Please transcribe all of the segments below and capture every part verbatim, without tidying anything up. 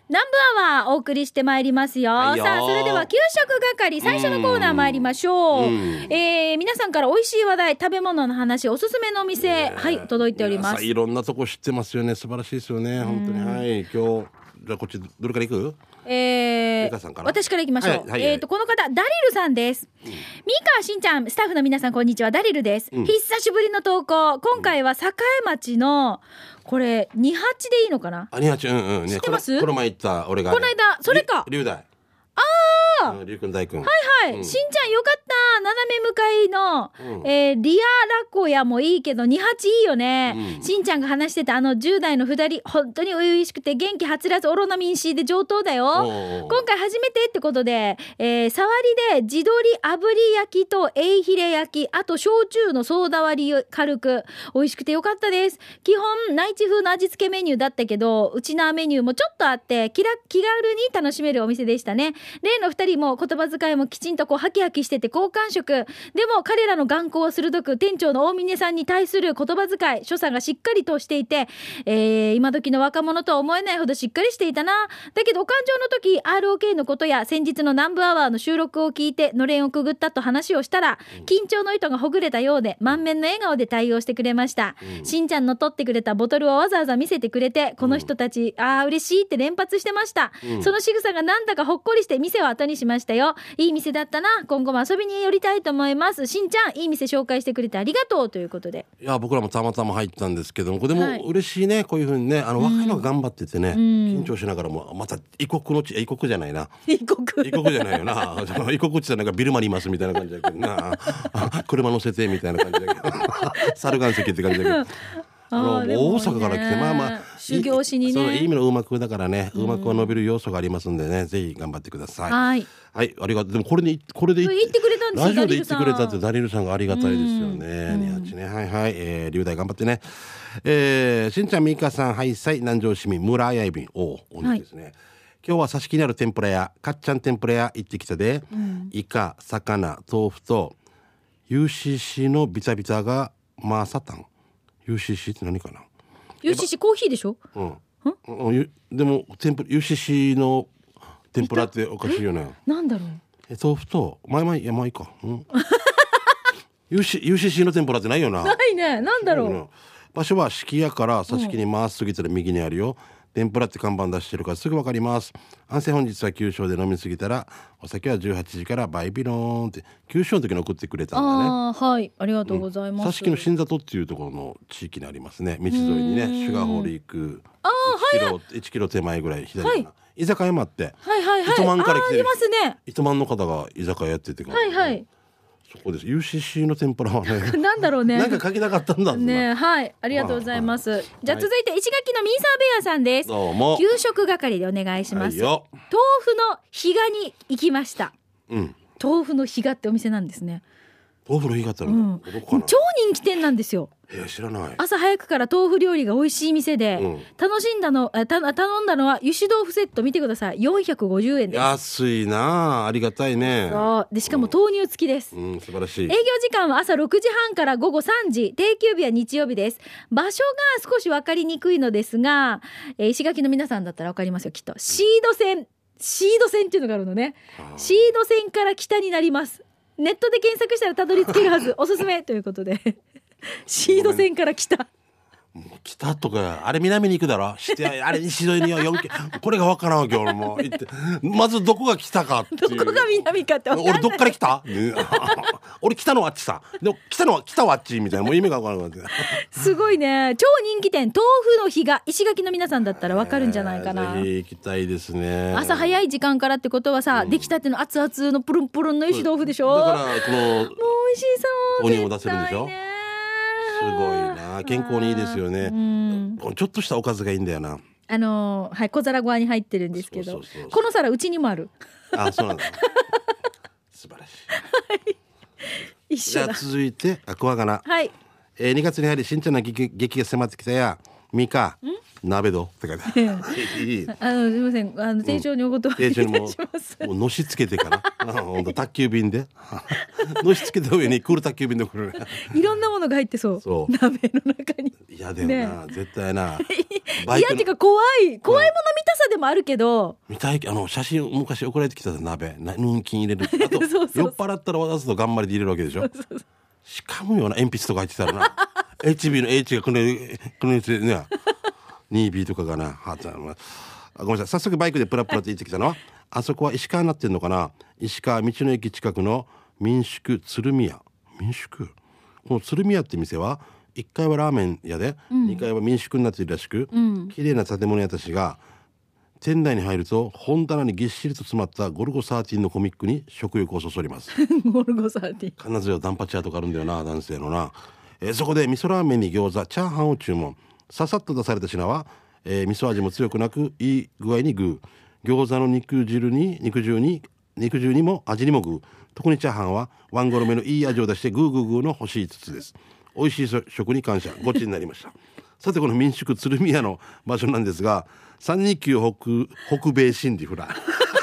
南部アワーお送りしてまいりますよ、はい、よさあそれでは給食係最初のコーナー参りましょう、うん、えー、皆さんから美味しい話題、食べ物の話、おすすめのお店、ね、はい届いております。 いろんなとこ知ってますよね。素晴らしいですよね本当に。はい、今日じゃあこっちどれから行く？ えー、から私から行きましょう、はいはいはい、えーとこの方ダリルさんです、うん、ミカしんちゃんスタッフの皆さんこんにちは、ダリルです、うん、久しぶりの投稿。今回は栄町のこれにはちでいいのかなあにはち、うんうん、ね、 知ってます？ この前行った俺が、ね、 この間それか龍大、 ああ、 龍くん大くん、 はいはい、うん、しんちゃんよかった。斜め向かいの、うん、えー、リアラコヤもいいけどにはちいいよね、うん、しんちゃんが話してたあのじゅう代のふたり本当に初々しくて元気はつらつオロナミン C で上等だよ。今回初めてってことで、えー、触りで地鶏炙り焼きとエイヒレ焼き、あと焼酎のソーダ割り軽く美味しくてよかったです。基本内地風の味付けメニューだったけどうちなメニューもちょっとあって気楽気軽に楽しめるお店でしたね。例のふたりも言葉遣いもきちんとこうハキハキしてて好感触でも彼らの眼光は鋭く店長の大峰さんに対する言葉遣い所作がしっかりとしていて、えー、今時の若者とは思えないほどしっかりしていたな。だけどお感情の時 アールオーケー のことや先日の南部アワーの収録を聞いてのれんをくぐったと話をしたら緊張の糸がほぐれたようで満面の笑顔で対応してくれました、うん、しんちゃんの取ってくれたボトルをわざわざ見せてくれてこの人たち、うん、あー嬉しいって連発してました、うん、その仕草がなんだかほっこりして店を後にしましたよ。いい店だったな。今後も遊びに寄りたいと思います。しんちゃんいい店紹介してくれてありがとうということで、 いや僕らもたまたま入ったんですけども、これでも嬉しいね、はい、こういう風にね、あの若いのが頑張っててね、うん、緊張しながらもまた異国の地、異国じゃないな異国異国じゃないよな異国地じゃなんかビルマにいますみたいな感じだけどな車乗せてみたいな感じだけど猿岩石って感じだけどあのあ、ね、大阪から来てまあまあ修行しにね、 そういい意味のうまくだからね、うまくは伸びる要素がありますんでね、ぜひ頑張ってください。はいはい、ありがとう。でもこれでこれで言ってくれたんですよ。 ラジオで言ってくれたってダリルさんがありがたいですよね。にはちね、はいはい、えー、龍大頑張ってね。えー、しんちゃんみかさんはいさい南城市民村やいびんおお同じですね、はい、今日は刺し気になる天ぷら屋かっちゃん天ぷら屋行ってきたで、うん、イカ魚豆腐と ユーシーシー のビタビタがマーサタン ユーシーシー って何かな。 ユーシーシー コーヒーでしょ。うん、 うん、でも天ぷら ユーシーシー の天ぷらっておかしいよね。 なんだろう。 え豆腐とまあまあいやまあいいか、うん、ユーシーシー の天ぷらってないよな。 ないね。なんだろう、ね、 場所は四季屋から挿し木に回す過ぎたら右にあるよ、うん、天ぷらって看板出してるからすぐわかります。安静本日はきゅう章で飲み過ぎたらお酒はじゅうはちじからバイビローンってきゅう章の時に送ってくれたんだね。 あ、はい、ありがとうございます。 挿し木の新里っていうところの地域にありますね。道沿いにねシュガーホール行くいちキロ、はい、いちキロ手前ぐらい左かな、はい、居酒屋もあって、はいはいはい、糸満から来てる、あ、いますね、糸満の方が居酒屋やっててから、はいはい、そこです。 ユーシーシー の天ぷらはねなんだろうねなんか書きたかったんだね。はい、ありがとうございます、はい、じゃあ続いて石垣のミーサーベアさんです。どうも給食係でお願いします、はい、豆腐の比嘉に行きました、うん、豆腐の比嘉ってお店なんですね。 豆腐の日があったの、うん、 超人気店なんですよ。 えー、知らない。 朝早くから豆腐料理が美味しい店で、うん、楽しんだのた頼んだのは油脂豆腐セット見てください。よんひゃくごじゅうえんです。 安いな、ありがたいね。 そうでしかも豆乳付きです、 うんうん、素晴らしい。 営業時間は朝ろくじはんから午後さんじ、定休日は日曜日です。場所が少し分かりにくいのですが、えー、石垣の皆さんだったら分かりますよきっと。シード線シード線っていうのがあるのね。シード線から北になります。ネットで検索したらたどり着けるはずおすすめということでシード線から北北とかあれ南に行くだろしてあれ西沿いにはよんキロこれが分からんわけ俺も行ってまずどこが北かっていうどこが南かって分かんない。 俺どっから来た俺来たのはあっちさでも来たのは北はあっちみたいなもう意味が分からなくなってすごいね。超人気店豆腐の日が石垣の皆さんだったら分かるんじゃないかな、 えー、ぜひ行きたいですね。 朝早い時間からってことはさ、うん、出来たての熱々のプルンプルンの油脂豆腐でしょ。 だからこのもう美味しそうおにも出せるんでしょ。すごいな、健康にいいですよね、うん、ちょっとしたおかずがいいんだよな。 あのー、はい、小皿ごわに入ってるんですけど、そうそうそうそう、この皿うちにもある。あ、そうなんだ素晴らしい、 はい、一緒だ。 じゃあ続いてアクアガナ、はい、えー、にがつに入り新茶の劇が迫ってきたやミカ鍋どって書いてあるあのすみません、あの店長にお断りいたします、 うん、もうのしつけてから本当宅急便でのしつけた上にクール宅急便で来るいろんなものが入ってそう、そう鍋の中に。 いやでもな、ね、絶対ないやっていうか怖い怖いもの見たさでもあるけど、 見たいあの写真昔送られてきた鍋なヌンキン入れるあとそうそうそう酔っ払ったら渡すと頑張りで入れるわけでしょ。 そうそうそう、 しかもような鉛筆とか入ってたらなエイチビー の H がこのこのてね にビー とかがなはあごめんなさい。早速バイクでプラプラって行ってきたのはあそこは石川になってんのかな。石川道の駅近くの民宿鶴宮。民宿この鶴宮って店はいっかいはラーメン屋で、うん、にかいは民宿になっているらしく、うん、綺麗な建物屋たちが店内に入ると本棚にぎっしりと詰まったゴルゴじゅうさんのコミックに食欲をそそりますゴルゴじゅうさん金津よダンパチャーとかあるんだよな男性のな、えー、そこで味噌ラーメンに餃子チャーハンを注文。ささっと出された品は、えー、味噌味も強くなくいい具合にグー。餃子の肉汁に肉汁に肉汁にも味にもグー。特にチャーハンはワンゴロ目のいい味を出してグーグーグーの欲しい筒です。美味しい食に感謝ごちになりましたさてこの民宿鶴宮の場所なんですがさんにきゅう 北, 北米シンディフラ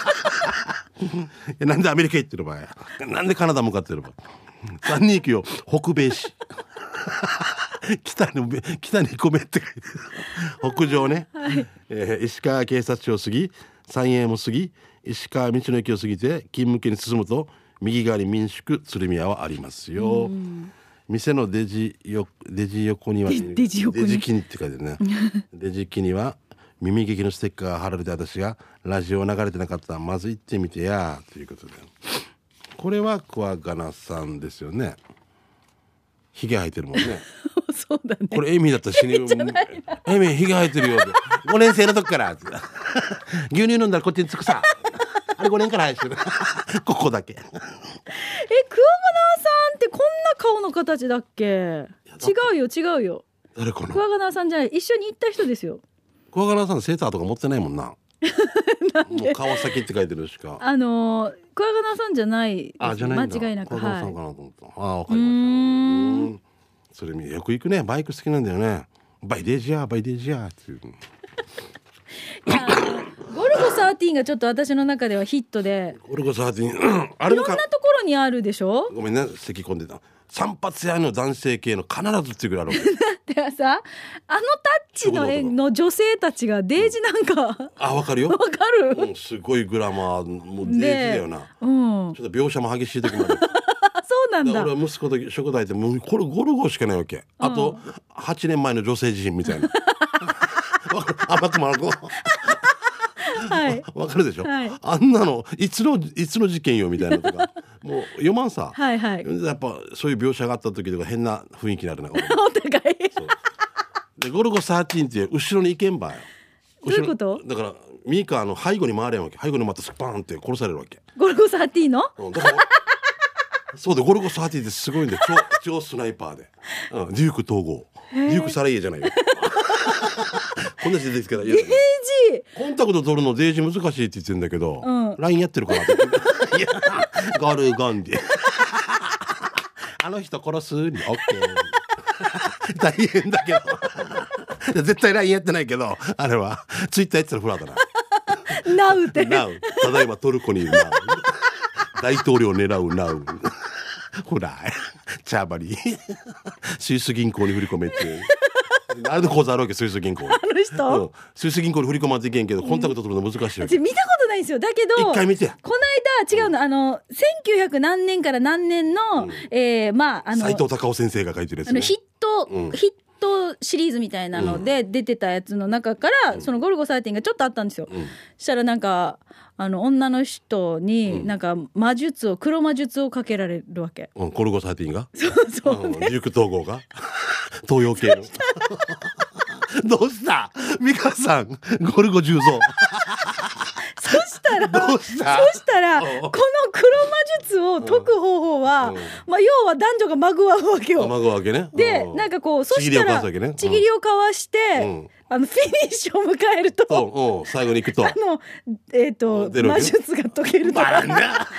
なんでアメリカ行ってる場合なんでカナダ向かってる場合さんにきゅう北米市北に北に行こめって書いてる北上ね、はいえー、石川警察署を過ぎ三栄も過ぎ石川道の駅を過ぎて金向けに進むと右側に民宿鶴宮はありますよ。店の出地よ出地横には出地横に出地木にって書いてるね出地木には耳劇のステッカーが貼られて私がラジオ流れてなかったらまず行ってみてやということでこれはクワガナさんですよね。ヒゲ生えてるもんねそうだね。 これエミだったら死ぬエミヒゲ生えてるよごねん生の時から牛乳飲んだらこっちにつくさあれごねんから生えてるここだけえクワガナさんってこんな顔の形だっけ。違うよ違うよ。 誰かな。 クワガナさんじゃない、一緒に行った人ですよ。 クワガナさんセーターとか持ってないもんななんでもう川崎って書いてるしかあのー、クワガナさんじゃないです。 あじゃないんだ間違いなく。 クワガナさんかなと思った、はい、あわかりました。それよく行くね。バイク好きなんだよね。バイデージャーバイデージャーっていういやゴルゴじゅうさんがちょっと私の中ではヒットでゴルゴじゅうさんあれいろんなところにあるでしょ。 ごめんね咳込んでた。散髪屋の男性系の必ずっていうぐらいあるわけだってさあのタッチ の, の女性たちがデージなんか、うん、 あわかるよわかる、 うん、すごいグラマーもうデージだよな、 うん、 ちょっと描写も激しい時もあるそうなんだ。 俺は息子と食材ってもうこれゴルゴしかないわけ、あと、うん、はちねんまえの女性自身みたいな甘くもあるはい、 わかるでしょ、 はい、 あんなのいつのいつの事件よみたいなとかもう読まんさ、 はいはい、 やっぱそういう描写があった時とか変な雰囲気になるなお互いでゴルゴじゅうさんって後ろに行けんばよ。 どういうことだからミーカーの背後に回れんわけ。背後に回ってスパーンって殺されるわけ。 ゴルゴじゅうさんの、 うん、だからそうでゴルゴじゅうさんってすごいんで 超, 超スナイパーで、うん、デューク統合デュークサライエじゃないよこんな人ですからデージコンタクト取るのデージ難しいって言ってるんだけど、うん、ライン やってるからっていやゴルゴンであの人殺すに OK 大変だけど絶対 ライン やってないけどあれはツイッターやってたらフラーだなナウってナウただいまトルコにいるナウ大統領狙うナウほらチャーバリスイス銀行に振り込めってあれの口座あるわけ。スイス銀行あの人、 うん、スイス銀行に振り込まんといけんけどコンタクト取るの難しいわけ、うん、見たことないんですよ。だけど一回見てこの間違うの、うん、あのせんきゅうひゃく何年から何年の、うんえー、まああの斉藤隆夫先生が書いてるやつ、ね、 あのヒット、うん、ヒットシリーズみたいなので出てたやつの中から、うん、そのゴルゴじゅうさんがちょっとあったんですよ、うん、したらなんかあの女の人になんか魔術を黒魔術をかけられるわけ、 うん、ゴルゴじゅうさんがそうそう、ね、 うん、デューク統合が東洋系のどうした美香さんゴルゴ十三そしたらどうしたそしたらこの黒魔術を解く方法は、うんまあ、要は男女がまぐわうわけよ。 まぐわけね。 でなんかこうそしたらちぎりを交わして、うん、あのフィニッシュを迎えると、 うんうん、最後に行くとあの、えー、と魔術が解けるとか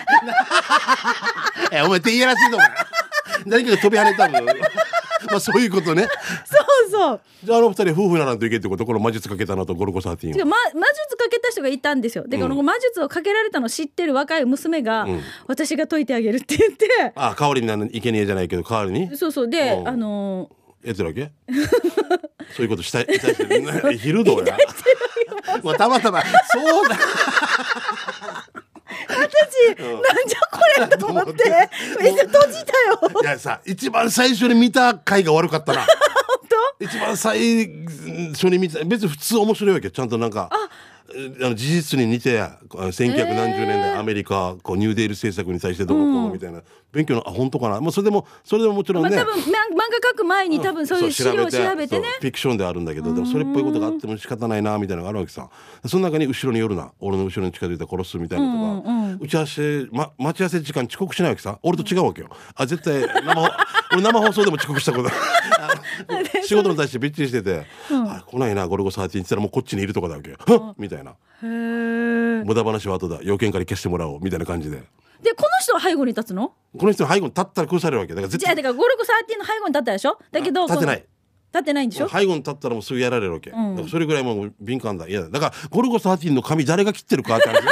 えお前手いやらしいのか何かが飛び跳ねたのまあそういうことね。 そうそう。 じゃああの二人夫婦ならんといけんってこと。この魔術かけたのとゴルゴじゅうさん。 違う、ま、魔術かけた人がいたんですよ。で、うん、この魔術をかけられたのを知ってる若い娘が、うん、私が解いてあげるって言って。 ああ代わりになるいけねえじゃないけど代わりに。 そうそうで、うん、あのー、やってるわけそういうことしたいしたいしてる昼どうやまあたまたまそうだ私、うん、なんじゃこれと思ってめっちゃ閉じたよ。 いやさ、一番最初に見た回が悪かったな。 本当？ 一番最初に見た、別に普通面白いわけ。ちゃんとなんかああの事実に似てせんきゅうひゃくなんじゅうねんだいアメリカこうニューデール政策に対してどうのこうのみたいな、うん、勉強のあ本当かな、まあ、それでもそれでももちろんね、 まあ、多分漫画書く前に多分そういう資料を調べてね、 フィクションであるんだけど、でもそれっぽいことがあっても仕方ないなみたいなのがあるわけさ。その中に後ろに寄るな、俺の後ろに近づいたら殺すみたいなとか、うんうん、打ち合わせ、ま、待ち合わせ時間遅刻しないわけさ。俺と違うわけよ。あ絶対生俺生放送でも遅刻したこと仕事に対してびっちりしてて、うん、あ来ないなゴルゴサーティーンって言ったらもうこっちにいるとかだわけよ、うん、みたいな。へー、無駄話は後だ、要件から消してもらおうみたいな感じで。 でこの人は背後に立つの？この人は背後に立ったら殺されるわけだから絶対。 じゃあだからゴルゴサーティーンの背後に立ったでしょ。だけど立ってない、 立ってないんでしょ。 背後に立ったらもうすぐやられるわけ、うん、だからそれぐらいもう敏感だ。いやだからゴルゴサーティーンの髪誰が切ってるかって話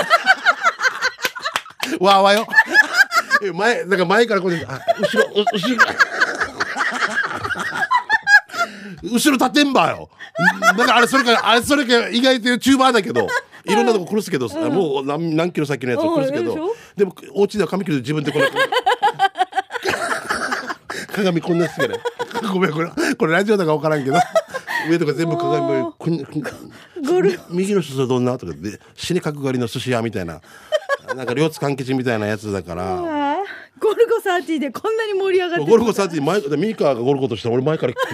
わーわよ前だから前からこうあ後ろ後ろ後ろ立ってんばよ。だからあれそれからあれそれから意外とチューバーだけどいろんなとこ殺すけど、うん、もう 何, 何キロ先のやつを殺すけど、でもお家では髪切る自分でこの鏡こんなすけどごめんこれこれラジオだか分からんけど上とか全部鏡こん右の人はどんなとかで死に角刈りの寿司屋みたいななんか両津勘吉みたいなやつだからゴルゴサーティーでこんなに盛り上がってる。 ゴルゴサーティー前でミーカーがゴルゴとしたら俺前から聞く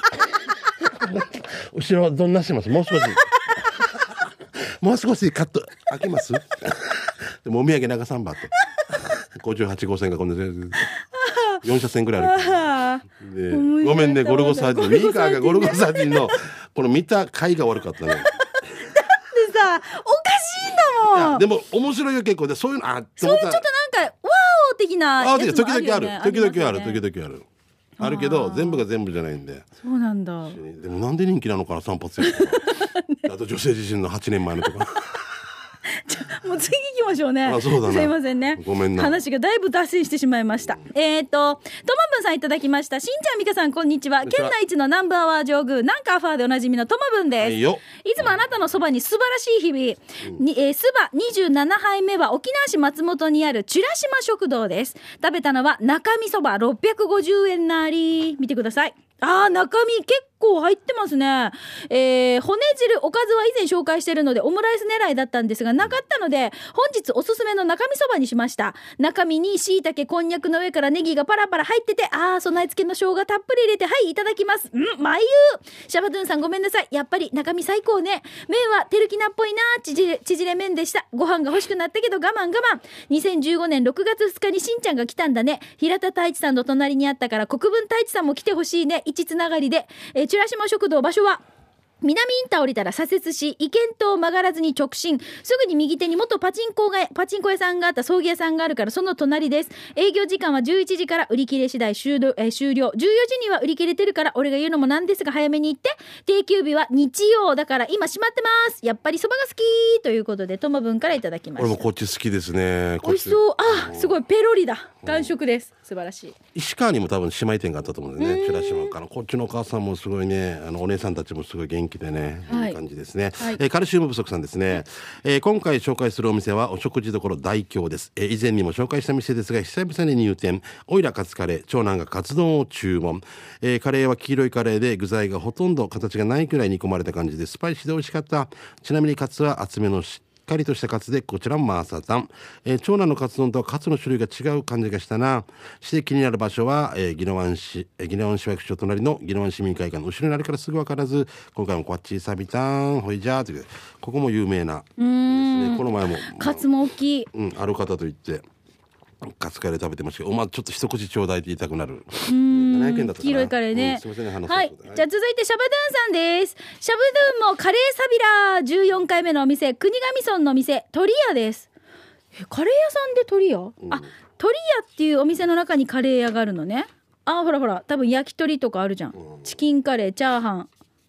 後ろどんなしてます。もう少しもう少しカット開けますでもお土産長さんばとごじゅうはち号線がこんなよん車線ぐらいあるでごめんねゴルゴサーティーンミーカーがゴルゴサーティーンのこの見た回が悪かったね。だってさおかしいんだもん。 いやでも面白いよ結構でそういうのあそういうちょっとなんかワオ的なやつもあるよね。 時々ある時々ある時々あるあるけど全部が全部じゃないんで。 そうなんだ。 でもなんで人気なのかな散髪やあと女性自身のはちねんまえのとかもう次行きましょうね。 あそうだな、 すいませんねごめんな話がだいぶ脱線してしまいました、うん、えーとともぶんさんいただきました。しんちゃんみかさんこんにちは。県内一のナンバーワー上宮なんかアファーでおなじみのともぶんです、はい、よいつもあなたのそばに素晴らしい日々、うんにえー、スバにじゅうななはいめは沖縄市松本にあるチュラシマ食堂です。食べたのは中身そばろっぴゃくごじゅうえんなり。見てください。あー中身結構入ってますね、えー、骨汁おかずは以前紹介しているのでオムライス狙いだったんですがなかったので本日おすすめの中身そばにしました。中身に椎茸こんにゃくの上からネギがパラパラ入っててあー備え付けの生姜たっぷり入れてはいいただきます。んまゆシャバドゥンさんごめんなさい。やっぱり中身最高ね。麺はテルキナっぽいな。縮れ縮れ麺でした。ご飯が欲しくなったけど我慢我慢。にせんじゅうごねんろくがつふつかにしんちゃんが来たんだね。平田太一さんの隣にあったから国分太一さんも来てほしいね。一つながりで、えー、チュラシマ食堂場所は南インター降りたら左折し意見島曲がらずに直進すぐに右手に元パチンコがパチンコ屋さんがあった葬儀屋さんがあるからその隣です。営業時間はじゅういちじから売り切れ次第終了、えー、終了じゅうよじには売り切れてるから俺が言うのもなんですが早めに行って。定休日は日曜だから今閉まってます。やっぱりそばが好きということでともぶんからいただきました。 俺もこっち好きですね。 美味しそう。あすごいペロリだ完食です。素晴らしい。 石川にも多分姉妹店があったと思うんだよね。チュラシマからこっちのお母さんもすごいねあのお姉さんたちもすごい元気でね、はい、いい感じですね、はいえー、カルシウム不足さんですね、えー、今回紹介するお店はお食事処大京です、えー、以前にも紹介した店ですが久々に入店。オイラカツカレー長男がカツ丼を注文、えー、カレーは黄色いカレーで具材がほとんど形がないくらい煮込まれた感じでスパイシーで美味しかった。ちなみにカツは厚めのししっかりとしたカツでこちらもマーサタン、えー、長男のカツ丼とはカツの種類が違う感じがしたな。して気になる場所は、えー、宜野湾市、えー、宜野湾市役所隣の宜野湾市民会館の後ろにあるからすぐ分からず今回もこっちサビタンほいじゃーというここも有名なうーん、 ね、この前もカツも大きい、 うん、ある方と言ってカツカレー食べてましたけど、まあ、ちょっと一口ちょうだいって言いたくなる。 うーんななひゃくえんだったかな黄色いカレーね、うん、すいませんね話す、はい、じゃあ続いてシャバドゥンさんです。シャバドゥンもカレーサビラーじゅうよんかいめのお店国頭村のお店鳥屋です。えカレー屋さんで鳥屋、うん、あ鳥屋っていうお店の中にカレー屋があるのね。あほらほら多分焼き鳥とかあるじゃん、うん、チキンカレーチャーハン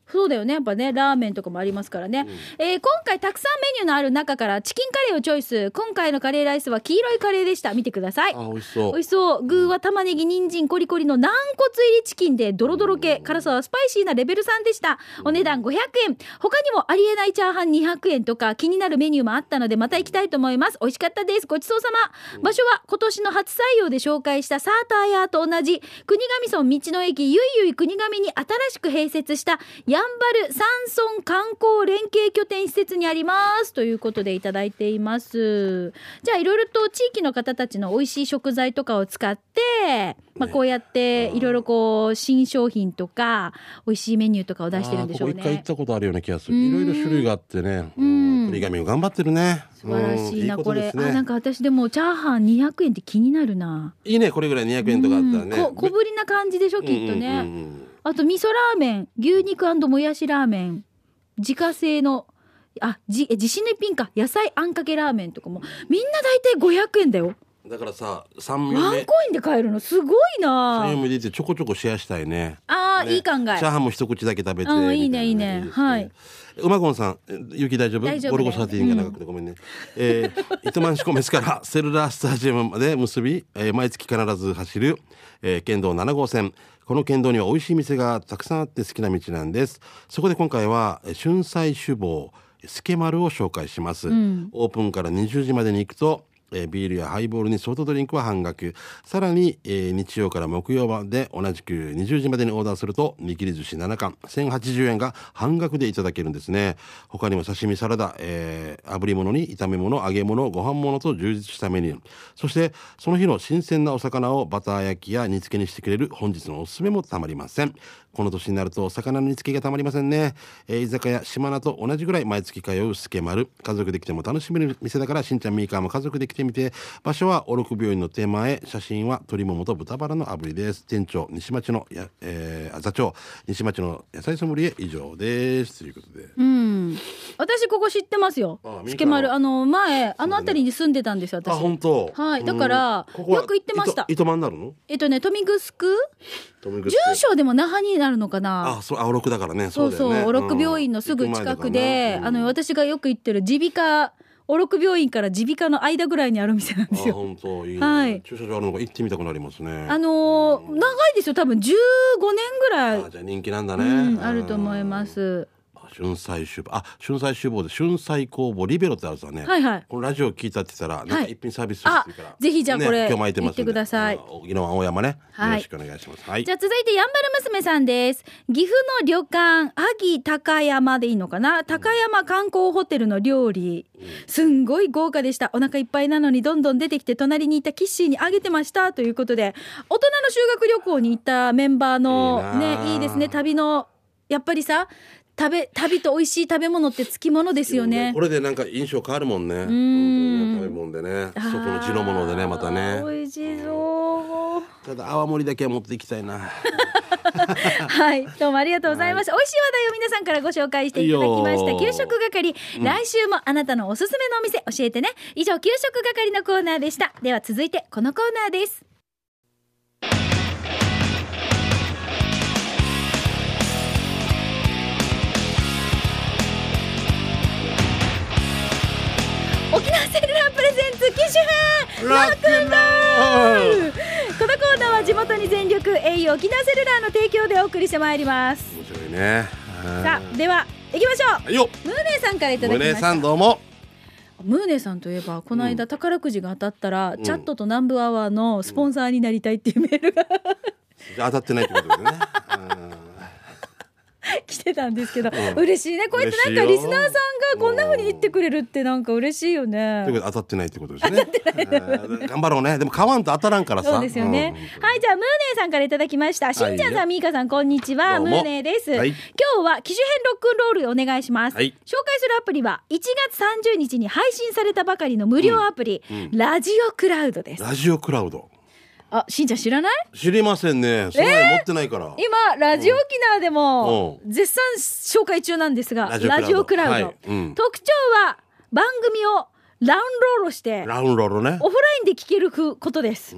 そうだよね。やっぱね、ラーメンとかもありますからね。うん、えー、今回たくさんメニューのある中からチキンカレーをチョイス。今回のカレーライスは黄色いカレーでした。見てください。 あ、美味しそう。 美味しそう。具は玉ねぎ、人参、コリコリの軟骨入りチキンでドロドロ系。辛さはスパイシーなレベルさんでした。お値段ごひゃくえん。他にもありえないチャーハンにひゃくえんとか気になるメニューもあったのでまた行きたいと思います。美味しかったです。ごちそうさま。場所は今年の初採用で紹介したサーターヤーと同じ国頭村道の駅ゆいゆい国頭に新しく併設したやんばる山村観光連携拠点施設にありますということでいただいています。じゃあいろいろと地域の方たちの美味しい食材とかを使って、まあ、こうやっていろいろこう新商品とか美味しいメニューとかを出してるんでしょうね。 ここ一回行ったことあるような気がする。いろいろ種類があってね、国頭も頑張ってるね。 素晴らしいな、 いいこれ。 ね、 あ、なんか私でもチャーハンにひゃくえんって気になるな。 いいね、これぐらいにひゃくえんとかあったらね。 こ小ぶりな感じでしょ、きっとね。うんうんうん、あと味噌ラーメン、牛肉&もやしラーメン、自家製のあじ自信の一品か、野菜あんかけラーメンとかもみんな大体ごひゃくえんだよ。 だからさ、さんめんワンコインで買えるのすごいな。 さんめんでちょこちょこシェアしたいね。 ああ、ね、いい考え。チャーハンも一口だけ食べて、 うん、いいねいいね、いいですね。はい。 うまこんさん、雪大丈夫？ 大丈夫。 ゴルゴサーティーンが長くてごめんね。うん、えー、糸満市米津からセルラースタジアムまで結び、えー、毎月必ず走る、えー、県道なな号線。この県道には美味しい店がたくさんあって好きな道なんです。そこで今回は春菜酒房スケマルを紹介します。うん、オープンからにじゅうじまでに行くとえー、ビールやハイボールにソフトドリンクは半額。さらに、えー、日曜から木曜まで同じくにじゅうじまでにオーダーすると握り寿司なな貫せんはちじゅうえんが半額でいただけるんですね。他にも刺身、サラダ、えー、炙り物に炒め物、揚げ物、ご飯物と充実したメニュー。そしてその日の新鮮なお魚をバター焼きや煮付けにしてくれる本日のおすすめもたまりません。この年になると魚の煮付けがたまりませんね。えー、居酒屋島名と同じぐらい毎月通うスケマル。家族で来ても楽しめる店だから、しんちゃんミーカーも家族で来てみて。場所はおろく病院の手前。写真は鶏ももと豚バラの炙りです。店長西町のや、えー、座長西町の野菜ソムリエ以上ですということで、 うん、私ここ知ってますよ。スケマル、あの前あの辺りに住んでたんですよ、私。 あ、本当。 はい、だからここよく行ってました。 糸満になるの？ えっとね、富城住所でも那覇になるのかな。 あ、そう、あ、おろくだからね。 そうそう、おろく病院のすぐ近くで、うん、あの私がよく行ってる耳鼻科、おろく病院から耳鼻科の間ぐらいにある店なんですよ。 あ、本当、いいね。 はい、 駐車場あるのが行ってみたくなりますね。 あのーうん、長いですよ、多分じゅうごねんぐらい。 あ、じゃあ人気なんだね。 うん、あると思います。 春菜酒房、あ、春菜酒房で春菜工房リベロってあるさね。 はいはい。 このラジオ聞いたって言ったら、なんか一品サービスするっていうから、 はい、ぜひじゃあこれ、ね、 今日巻いてますんで、 言ってください。 沖縄青山ね、はい、よろしくお願いします。はい。 じゃあ続いてやんばる娘さんです。岐阜の旅館萩高山でいいのかな、高山観光ホテルの料理、うん、すんごい豪華でした。お腹いっぱいなのにどんどん出てきて隣にいたキッシーにあげてましたということで、大人の修学旅行に行ったメンバーのいいね、いいですね。旅のやっぱりさ、食べ旅と美味しい食べ物ってつきものですよね。 これでなんか印象変わるもんね。うん、食べ物でね、そこの地のものでね、またね。 美味しそう。 ただ泡盛だけは持っていきたいな。 はい、どうもありがとうございました。はい、美味しい話題を皆さんからご紹介していただきました給食係、うん、来週もあなたのおすすめのお店教えてね。以上、給食係のコーナーでした。では続いてこのコーナーです。沖縄セルラープレゼンツ機種編ロックンロール。このコーナーは地元に全力 エーユー 沖縄セルラーの提供でお送りしてまいります。 面白いね。 さあ、では行きましょう。 よムーネーさんからいただきました。 ムーネーさんどうも。 ムーネーさんといえばこの間、うん、宝くじが当たったら、うん、チャットと南部アワーのスポンサーになりたいっていうメールが、うん、 当たってないってことですね。 来てたんですけど、うん、嬉しいね。こうやってなんかリスナーさんがこんな風に言ってくれるってなんか嬉しいよね。 ということで当たってないってことですね。頑張ろうね。でも買わんと当たらんからさ。 そうですよね。うん、はい、じゃあムーネーさんからいただきました。しんちゃんさん、みーかさん、こんにちは。ムーネーです、はい。今日は機種編ロックンロールお願いします、はい。紹介するアプリはいちがつさんじゅうにちに配信されたばかりの無料アプリ、うんうん、ラジオクラウドです。 ラジオクラウド。 あ、しんちゃん知らない？ 知りませんね。それ持ってないから、 えー、今ラジオ沖縄でも絶賛紹介中なんですが、ラジオクラウド、ラジオクラウド、はい、うん、特徴は番組をラウンロードしてラウンロードね、 オフラインで聞けることです、 うん、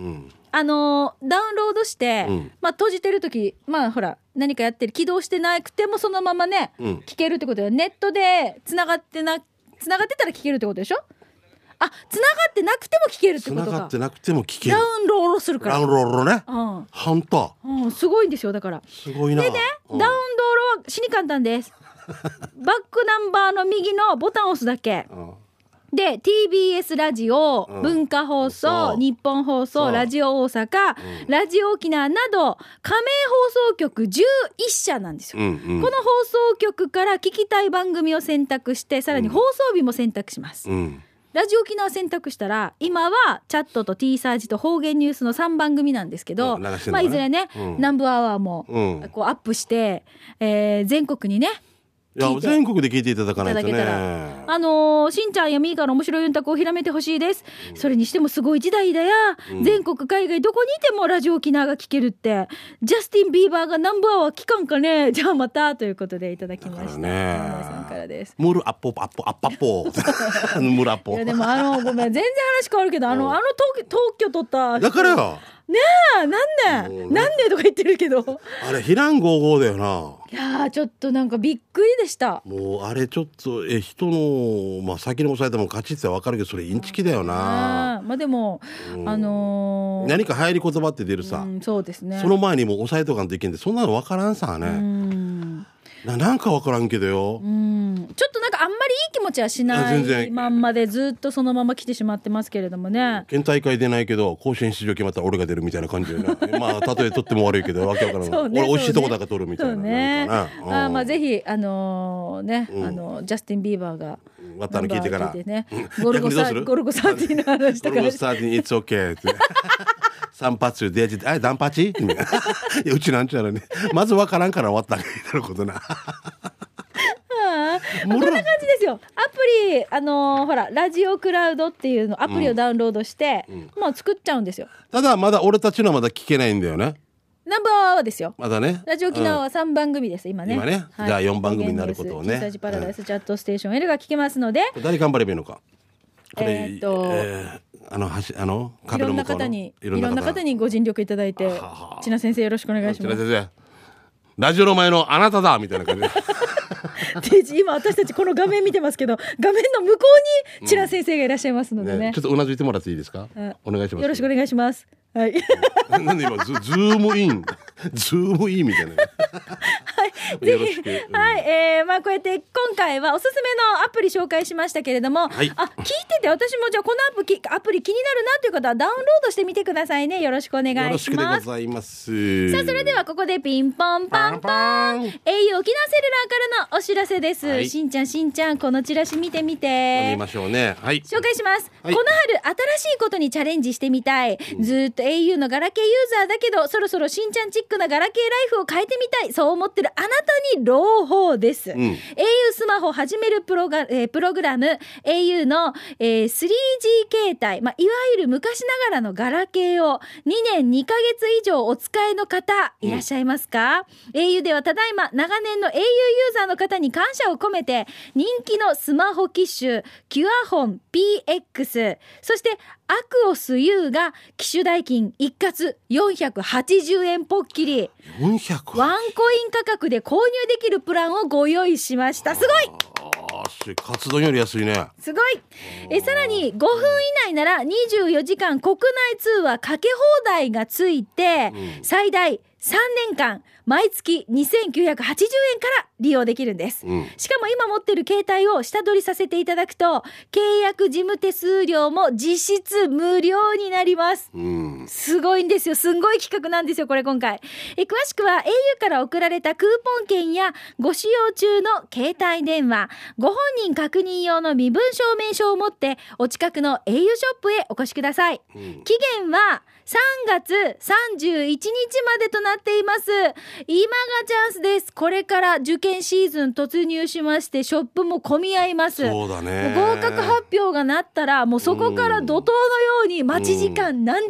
あのーダウンロードして、 うんまあ閉じてる時まあほら何かやってる起動してなくてもそのままね、 うん聞けるってことよ。ネットでつながってなつながってたら聞けるってことでしょ。あ、つながってなくても聞けるってことか。 繋がってなくても聞けダる。 ウンロードするから。 ダウンロードね。 うん本当。 うん、すごいんですよ。だからすごいな。 でね、 うんダウンロードは死に簡単ですバックナンバーの右のボタンを押すだけうんで ティービーエス ラジオ、 うん文化放送、 そう日本放そう送、ラジオ大阪、 うんラジオ沖縄など加盟放送局じゅういっしゃなんですよ、 うんうんこの放送局から聞きたい番組を選択してさらに放送日も選択します、 うんラジオ沖縄選択したら今はチャットと T サージと方言ニュースのさんばん組なんですけど、 うん流してんのかなまあいずれね、 うん南部アワーもうんこうアップして、えー全国にねいや聞いて全国で聞いていただかないとね。 いただけたらあのーしんちゃんやみーかの面白いユンタクをひらめてほしいです、それにしてもすごい時代だや、 うん全国海外どこにいてもラジオ沖縄が聞けるってジャスティン・ビーバーがナンバーは聞かんかね。じゃあまたということでいただきました。 だからね山田さんからです。 ムルアッポアッポアッパッポムルアッポいやでもあのごめん全然話変わるけどあの、 うんあの特特許取っただからよねえなんで、 もうねなんでとか言ってるけどあれ避難ごうごうだよな。 いやーちょっとなんかびっくりでした。 もうあれちょっとえ人のまあ先に押さえても勝ちってわかるけどそれインチキだよな。 あーまあでも、 うんあのー何か入り言葉って出るさ、 うん、そうですねその前にもう押さえとかんといけんでそんなのわからんさうね、 んななんかわからんけどよ、 うんちょっとなんかあんまりいい気持ちはしなあ全然いまんまでずっとそのまま来てしまってますけれどもね。 県大会出ないけど甲子園出場決まったら俺が出るみたいな感じでなまあ例え取っても悪いけどわけわからん、 そうね俺美味しいとこだけ取るみたいな、 そうねなんかな、うんあーまあぜひあのーね、 うんあのジャスティン・ビーバーがまたの聞いてからナンバー聞いてねうんゴルゴサ逆にどうするゴルゴサーティーの話とかゴルゴスターティン It's okay って散髪中デージあれダンパチいやうちなんちゃらねまずわからんから終わったんかみたいなことなあーこんな感じですよ。アプリあのーほらラジオクラウドっていうのアプリをダウンロードして、もう作っちゃうんですよ。 ただまだ俺たちのはまだ聞けないんだよねナンバーはですよ。 まだねラジオ沖縄はさんばん組です今ね。 今ねじゃあよんばん組になることをねキーサージパラダイス、チャットステーション L が聞けますので、 うん誰頑張ればいいのかこれ、 えーっとえーあの橋あのいろんな壁の向こうの方にいろんな方にご尽力いただいて、 はは千奈先生よろしくお願いします。 千奈先生ラジオの前のあなただみたいな感じでで今私たちこの画面見てますけど画面の向こうに千奈先生がいらっしゃいますのでね。 ねちょっとうなずいてもらっていいですか、 うんお願いしますよろしくお願いします。はい。 なんで今ズズームインズームインみたいなぜひよろしく、うんはい、えー、まあこうやって今回はおすすめのアプリ紹介しましたけれども、 はいあ聞いてて私もじゃあこのアプリアプリ気になるなという方はダウンロードしてみてくださいね。よろしくお願よろいししくでごます。 ざいますさあそれではここでピンポンパンポンパンパン au 沖縄セルラーからのお知らせです、 はいしんちゃんしんちゃんこのチラシ見てみて見ましょうねはい紹介します、 はいこの春新しいことにチャレンジしてみたい、ずーっと au のガラケーユーザーだけどそろそろしんちゃんチックなガラケーライフを変えてみたい、そう思ってるあなたに朗報です、 ん au スマホ始めるプロが、えープログラム au の、えー、スリージー 携帯、まあ、いわゆる昔ながらのガラケーをにねんにかげつ以上お使いの方いらっしゃいますか、うん、au ではただいま長年の au ユーザーの方に感謝を込めて人気のスマホ機種キュアホン ピーエックス そしてアクオス U が機種代金一括よんひゃくはちじゅうえんポッキリよんひゃくワンコイン価格で購入できるプランをご用意しました。すごいあーしカツ丼より安いねすごいえさらにごふん以内ならにじゅうよじかん国内通話かけ放題がついて、 うん最大さんねんかん毎月にせんきゅうひゃくはちじゅうえんから利用できるんです、 うん、 しかも今持ってる携帯を下取りさせていただくと契約事務手数料も実質無料になります、 うん、 すごいんですよ。すんごい企画なんですよこれ今回え詳しくは au から送られたクーポン券やご使用中の携帯電話ご本人確認用の身分証明書を持ってお近くの au ショップへお越しください、うん、期限はさんがつさんじゅういちにちまでとなっています。今がチャンスです。これから受験シーズン突入しましてショップも混み合います。 そうだね。 合格発表がなったらもうそこから怒涛のように待ち時間何時間ってこと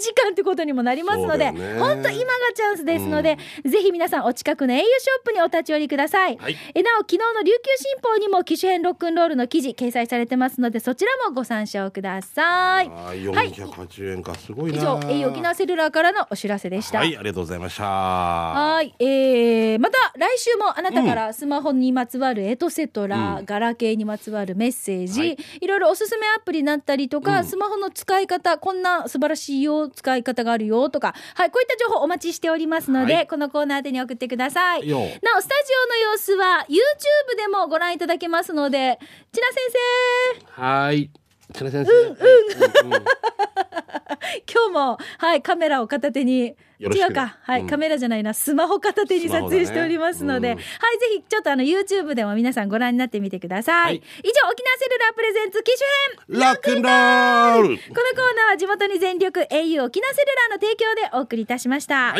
ことにもなりますので、本当今がチャンスですので、うん、ぜひ皆さんお近くの エーユー ショップにお立ち寄りください、はい、えなお昨日の琉球新報にも機種編ロックンロールの記事掲載されてますので、そちらもご参照ください。 あよんひゃくはちじゅうえんか、すごいな。 以上 エーユー 沖縄セルラーからのお知らせでした。 はい、ありがとうございました。 はい、えー、また来週もあなたからスマホにまつわるエトセトラ、うん、ガラケーにまつわるメッセージ、はい、いろいろおすすめアプリになったりとか、うん、スマホの使い方、こんな素晴らしいよ使い方があるよとか、はい、こういった情報お待ちしておりますので、はい、このコーナー宛に送ってください。なおスタジオの様子は YouTube でもご覧いただけますので、ちな先生。 はい、ちな先生、 うんうん、うんうん、今日も、はい、カメラを片手に、違うか、はい、うん、カメラじゃないな、スマホ片手に撮影しておりますので、ね、うん、はい、ぜひちょっとあの YouTube でも皆さんご覧になってみてください、はい、以上沖縄セルラープレゼンツ機種編ロックンロール、このコーナーは地元に全力 エーユー 沖縄セルラーの提供でお送りいたしました。 はい、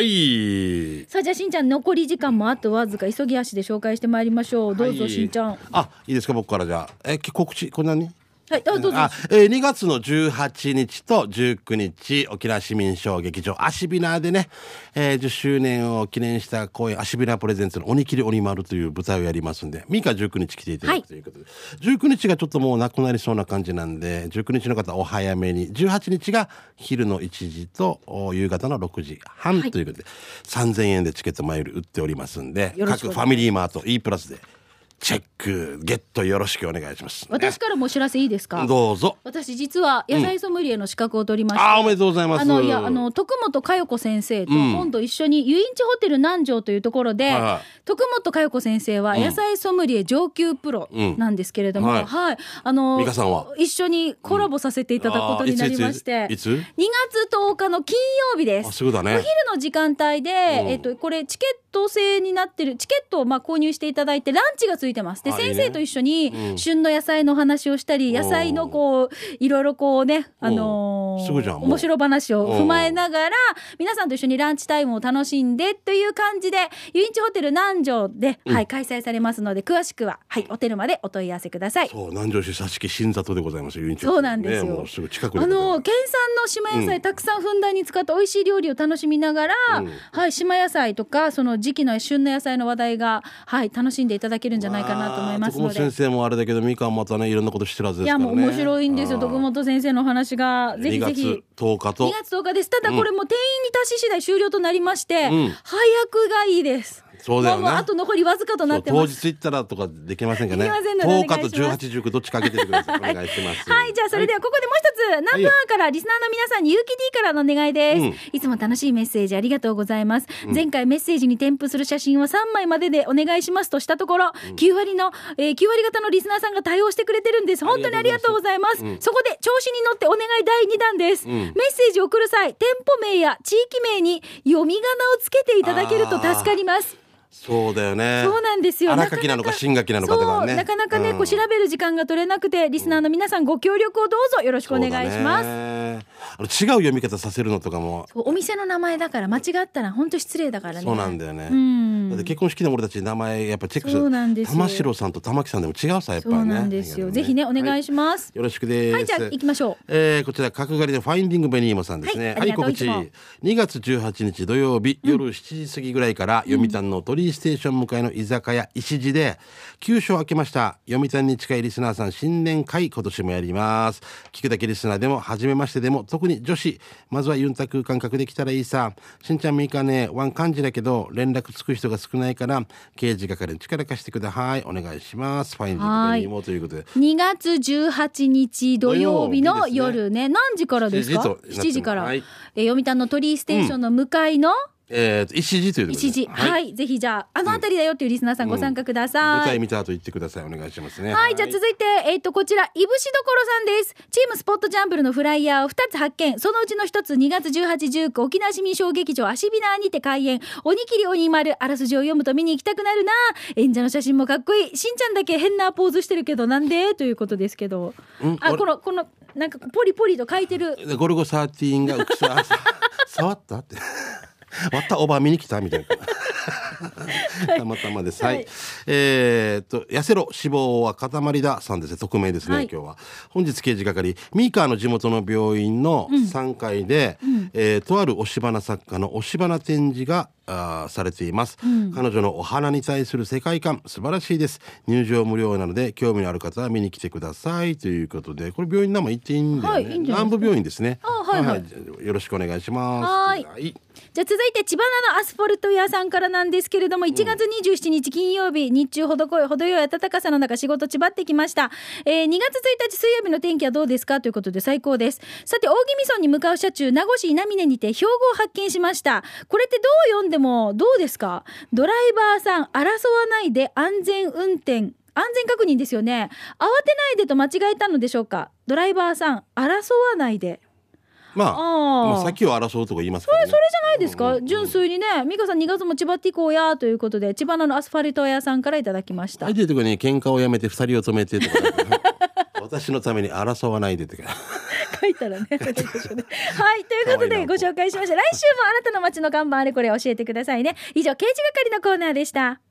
さあじゃあしんちゃん、残り時間もあとわずか、急ぎ足で紹介してまいりましょう。どうぞ、はい、しんちゃん。 あ、いいですか、僕から。じゃあえ告知こんなに、 はい、どうぞ。 あ、えー、にがつのじゅうはちにちとじゅうくにち、沖縄市民小劇場アシビナーでね、えー、じゅっしゅうねんを記念した公演、アシビナープレゼンツの鬼切り鬼丸という舞台をやりますんで、みーかじゅうくにち来ていただくということで、はい、じゅうくにちがちょっともうなくなりそうな感じなんで、じゅうくにちの方お早めに、じゅうはちにちが昼のいちじと夕方のろくじはんということで、はい、さんぜんえんでチケット前より売っておりますんで、各ファミリーマート E プラスでチェックゲットよろしくお願いします、ね、 私からもお知らせいいですか。 どうぞ。 私実は野菜ソムリエの資格を取りまして、 うん、あおめでとうございます。 あのいやあの徳本佳代子先生と今度一緒にユインチホテル南城というところで、うん、徳本佳代子先生は野菜ソムリエ上級プロなんですけれども、うん、はい、はい、あの美香さんは一緒にコラボさせていただくことになりまして、 うん、いつにがつとおかの金曜日です。 あ、すぐだね。 お昼の時間帯で、うん、えっとこれチケット制になってるチケットをまあ購入していただいてランチがついてます。で、先生と一緒に旬の野菜の話をしたり、うん、野菜のこういろいろこうね、あのー、 すぐじゃん、 面白話を踏まえながら皆さんと一緒にランチタイムを楽しんでという感じでユインチホテル南城で、うん、はい、開催されますので、詳しくは、はい、ホテルまでお問い合わせください。 そう、南城市佐敷新里でございます。ユインチホテル、 そうなんですよ、 ね、もうすぐ近くにあの県産の島野菜、うん、たくさんふんだんに使った美味しい料理を楽しみながら、うん、はい、島野菜とかその時期の旬の野菜の話題が、はい、楽しんでいただけるんじゃないかなと思いますので、 徳本先生もあれだけどみかんまたねいろんなこと知ってるはずですからね。 いやもう面白いんですよ、徳本先生の話が。ぜひぜひにがつとおかとにがつとおかです。ただこれも定員に達し次第終了となりまして、うん、早くがいいです。 そうだよね、 もうあと残りわずかとなってます。 当日行ったらとかできませんかね。 できませんのでとおかとじゅうはち、じゅうくどっちかけててください。お願いします。 はい、じゃあそれではここでもう一つ、はい、ナンバーからリスナーの皆さんにゆうき D からのお願いです、うん、いつも楽しいメッセージありがとうございます、うん、前回メッセージに添付する写真はさんまいまででお願いしますとしたところ、うん、きゅうわりの、えー、きゅうわり方のリスナーさんが対応してくれてるんです。本当にありがとうございます。うん、そこで調子に乗ってお願いだいにだんです、うん、メッセージを送る際店舗名や地域名に読み仮名をつけていただけると助かります。 そうだよね。 そうなんですよ。 荒書きなのか新書きなのかとかね。 なかなかね、うん、こう調べる時間が取れなくて、リスナーの皆さんご協力をどうぞよろしくお願いします。 あの違う読み方させるのとかも。 そう、お店の名前だから間違ったら本当失礼だからね。 そうなんだよね。 うん、 だって結婚式でも俺たち名前やっぱチェックする。 そうなんですよ。 玉城さんと玉木さんでも違うさやっぱね。 そうなんですよ。ね、ぜひねお願いします、 はい。よろしくです。 はい、じゃあ行きましょう。 えー、こちら角刈りでファインディングベニーモさんですね。はい、はい、告知。にがつじゅうはちにち土曜日、うん、夜しちじ過ぎぐらいから読谷の鳥居ステーション向かいの居酒屋石地で休所を明けました読谷に近いリスナーさん新年会、今年もやります。聞くだけリスナーでも初めましてでも特に女子、まずはユンタク感覚できたらいいさ。しんちゃんみーかねワン感じだけど連絡つく人が少ないから刑事係に力貸してください。お願いします。ファインディングベニーモということでにがつじゅうはちにち土曜日の夜 ね, ね何時からですか。しちじから、はい、え読谷の鳥居ステーションの向かいの、うん、 えー、石地というところで石地、はい、はい、ぜひじゃああの辺りだよっていうリスナーさんご参加ください、うん、 舞台見た後言ってください。お願いしますね。 はい、はい、じゃあ続いて、えー、とこちらいぶしどころさんです。チームスポットジャンブルのフライヤーをふたつ発見。そのうちのひとつにがつじゅうはち、じゅうく沖縄市民小劇場アシビナーにて開演。鬼切り鬼丸、あらすじを読むと見に行きたくなるな。演者の写真もかっこいい。しんちゃんだけ変なポーズしてるけどなんでということですけど、あこのこのなんかポリポリと書いてるゴルゴじゅうさんがうくさ触ったって割ったおば見に来たみたいなたまたまです。はい。はい、えー、っと、痩せろ、脂肪は塊ださんですね。匿名ですね、はい、今日は。本日刑事係、ミーカーの地元の病院のさんがいで、うん、えー、とある押し花作家の押し花展示があされています、うん、彼女のお花に対する世界観素晴らしいです。入場無料なので興味のある方は見に来てくださいということで、これ病院の名前言っていいんだよね、はい、いいんじゃないですか。南部病院ですね。あ、はいはい、はい、よろしくお願いします。 はい、はい、じゃあ続いて千葉のアスファルト屋さんからなんですけれども、いちがつにじゅうしちにち金曜日、日中ほどこい程よい暖かさの中仕事千葉ってきました、えー、にがつついたち水曜日の天気はどうですかということで最高です。さて大宜味村に向かう車中名護市稲峰にて標語を発見しました。これってどう読んでもどうですか。ドライバーさん争わないで安全運転安全確認ですよね。慌てないでと間違えたのでしょうか。ドライバーさん争わないで、 まあ、あまあ先を争うとか言いますからね。 それ、それじゃないですか、うんうんうん、純粋にね。美香さんにがつも千葉っていこうやということで千葉のアスファルト屋さんからいただきました。 相手とかに喧嘩をやめて二人を止めてとか私のために争わないでとか書いたらねはい、ということでご紹介しました。来週もあなたの街の看板あれこれ教えてくださいね。以上刑事係のコーナーでした。